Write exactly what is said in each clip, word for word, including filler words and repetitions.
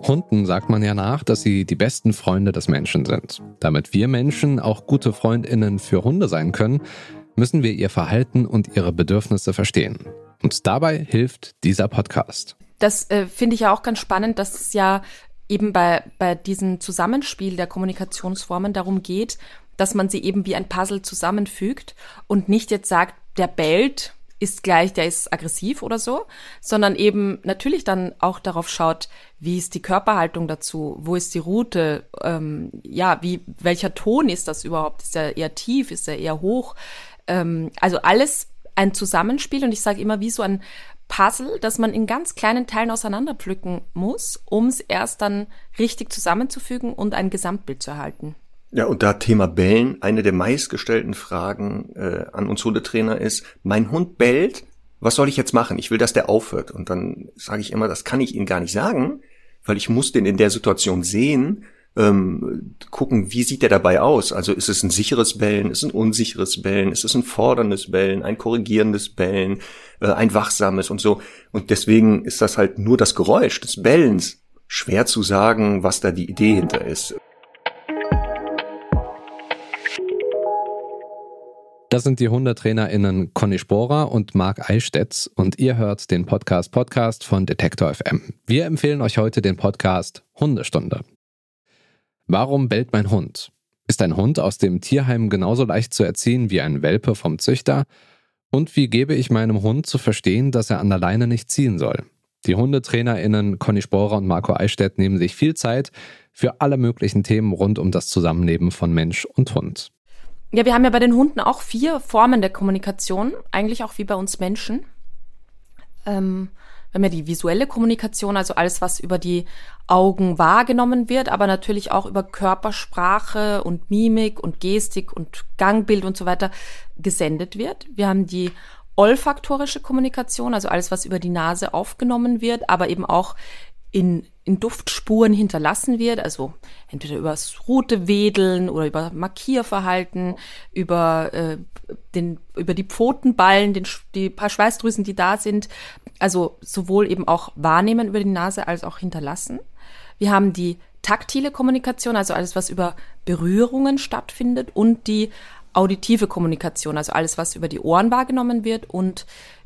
Hunden sagt man ja nach, dass sie die besten Freunde des Menschen sind. Damit wir Menschen auch gute FreundInnen für Hunde sein können, müssen wir ihr Verhalten und ihre Bedürfnisse verstehen. Und dabei hilft dieser Podcast. Das äh, finde ich ja auch ganz spannend, dass es ja eben bei, bei diesem Zusammenspiel der Kommunikationsformen darum geht, dass man sie eben wie ein Puzzle zusammenfügt und nicht jetzt sagt, der bellt, ist gleich, der ist aggressiv oder so, sondern eben natürlich dann auch darauf schaut, wie ist die Körperhaltung dazu, wo ist die Route, ähm, ja, wie, welcher Ton ist das überhaupt, ist er eher tief, ist er eher hoch, ähm, also alles ein Zusammenspiel und ich sage immer wie so ein Puzzle, das man in ganz kleinen Teilen auseinanderpflücken muss, um es erst dann richtig zusammenzufügen und ein Gesamtbild zu erhalten. Ja, und da Thema Bellen, eine der meistgestellten Fragen äh, an uns Hundetrainer ist, mein Hund bellt, was soll ich jetzt machen? Ich will, dass der aufhört. Und dann sage ich immer, das kann ich Ihnen gar nicht sagen, weil ich muss den in der Situation sehen, ähm, gucken, wie sieht der dabei aus? Also ist es ein sicheres Bellen, ist es ein unsicheres Bellen, ist es ein forderndes Bellen, ein korrigierendes Bellen, äh, ein wachsames und so. Und deswegen ist das halt nur das Geräusch des Bellens. Schwer zu sagen, was da die Idee hinter ist. Das sind die HundetrainerInnen Conny Sporer und Marc Eichstädt und ihr hört den Podcast Podcast von Detektor F M. Wir empfehlen euch heute den Podcast Hundestunde. Warum bellt mein Hund? Ist ein Hund aus dem Tierheim genauso leicht zu erziehen wie ein Welpe vom Züchter? Und wie gebe ich meinem Hund zu verstehen, dass er an der Leine nicht ziehen soll? Die HundetrainerInnen Conny Sporer und Marco Eichstädt nehmen sich viel Zeit für alle möglichen Themen rund um das Zusammenleben von Mensch und Hund. Ja, wir haben ja bei den Hunden auch vier Formen der Kommunikation, eigentlich auch wie bei uns Menschen. Ähm, wir haben ja die visuelle Kommunikation, also alles, was über die Augen wahrgenommen wird, aber natürlich auch über Körpersprache und Mimik und Gestik und Gangbild und so weiter gesendet wird. Wir haben die olfaktorische Kommunikation, also alles, was über die Nase aufgenommen wird, aber eben auch in, in Duftspuren hinterlassen wird, also entweder über das Rutewedeln oder über Markierverhalten, über, äh, den, über die Pfotenballen, den, die paar Schweißdrüsen, die da sind, also sowohl eben auch wahrnehmen über die Nase als auch hinterlassen. Wir haben die taktile Kommunikation, also alles, was über Berührungen stattfindet und die auditive Kommunikation, also alles, was über die Ohren wahrgenommen wird und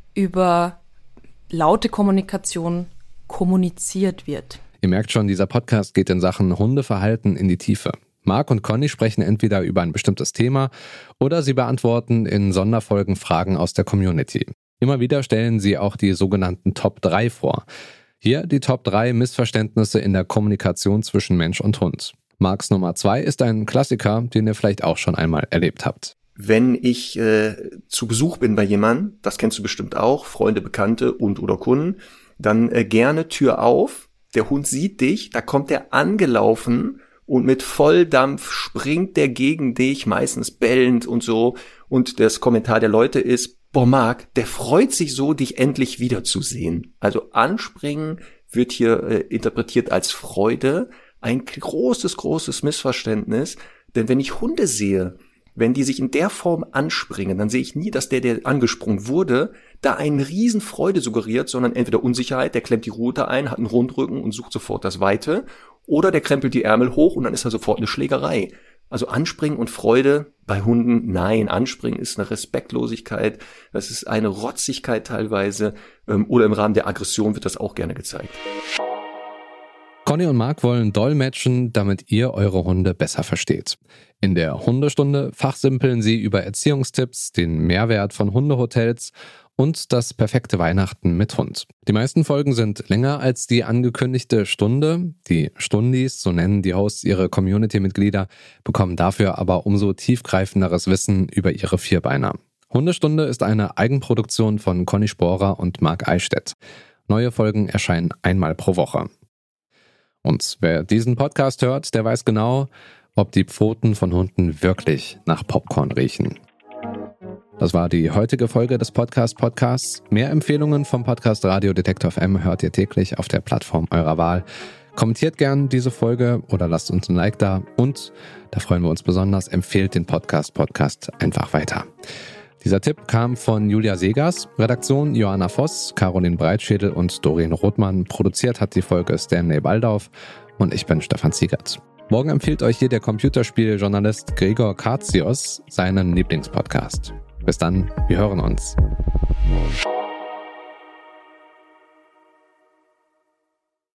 über laute Kommunikation kommuniziert wird. Ihr merkt schon, dieser Podcast geht in Sachen Hundeverhalten in die Tiefe. Marc und Conny sprechen entweder über ein bestimmtes Thema oder sie beantworten in Sonderfolgen Fragen aus der Community. Immer wieder stellen sie auch die sogenannten Top drei vor. Hier die Top drei Missverständnisse in der Kommunikation zwischen Mensch und Hund. Marcs Nummer zwei ist ein Klassiker, den ihr vielleicht auch schon einmal erlebt habt. Wenn ich äh, zu Besuch bin bei jemandem, das kennst du bestimmt auch, Freunde, Bekannte und oder Kunden, dann äh, gerne Tür auf, der Hund sieht dich, da kommt er angelaufen und mit Volldampf springt der gegen dich, meistens bellend und so. Und das Kommentar der Leute ist, boah Marc, der freut sich so, dich endlich wiederzusehen. Also anspringen wird hier äh, interpretiert als Freude. Ein großes, großes Missverständnis. Denn wenn ich Hunde sehe, wenn die sich in der Form anspringen, dann sehe ich nie, dass der, der angesprungen wurde, da eine Riesenfreude suggeriert, sondern entweder Unsicherheit, der klemmt die Rute ein, hat einen Rundrücken und sucht sofort das Weite, oder der krempelt die Ärmel hoch und dann ist da sofort eine Schlägerei. Also Anspringen und Freude bei Hunden, nein, Anspringen ist eine Respektlosigkeit, das ist eine Rotzigkeit teilweise, ähm, oder im Rahmen der Aggression wird das auch gerne gezeigt. Conny und Marc wollen dolmetschen, damit ihr eure Hunde besser versteht. In der Hundestunde fachsimpeln sie über Erziehungstipps, den Mehrwert von Hundehotels und das perfekte Weihnachten mit Hund. Die meisten Folgen sind länger als die angekündigte Stunde. Die Stundis, so nennen die Hosts ihre Community-Mitglieder, bekommen dafür aber umso tiefgreifenderes Wissen über ihre Vierbeiner. Hundestunde ist eine Eigenproduktion von Conny Sporer und Marc Eichstädt. Neue Folgen erscheinen einmal pro Woche. Und wer diesen Podcast hört, der weiß genau, ob die Pfoten von Hunden wirklich nach Popcorn riechen. Das war die heutige Folge des Podcast Podcasts. Mehr Empfehlungen vom Podcast Radio Detektor F M hört ihr täglich auf der Plattform eurer Wahl. Kommentiert gern diese Folge oder lasst uns ein Like da. Und, da freuen wir uns besonders, empfehlt den Podcast Podcast einfach weiter. Dieser Tipp kam von Julia Segers, Redaktion Johanna Voss, Caroline Breitschädel und Doreen Rothmann. Produziert hat die Folge Stanley Baldauf und ich bin Stefan Ziegert. Morgen empfiehlt euch hier der Computerspieljournalist Gregor Katzios seinen Lieblingspodcast. Bis dann, wir hören uns.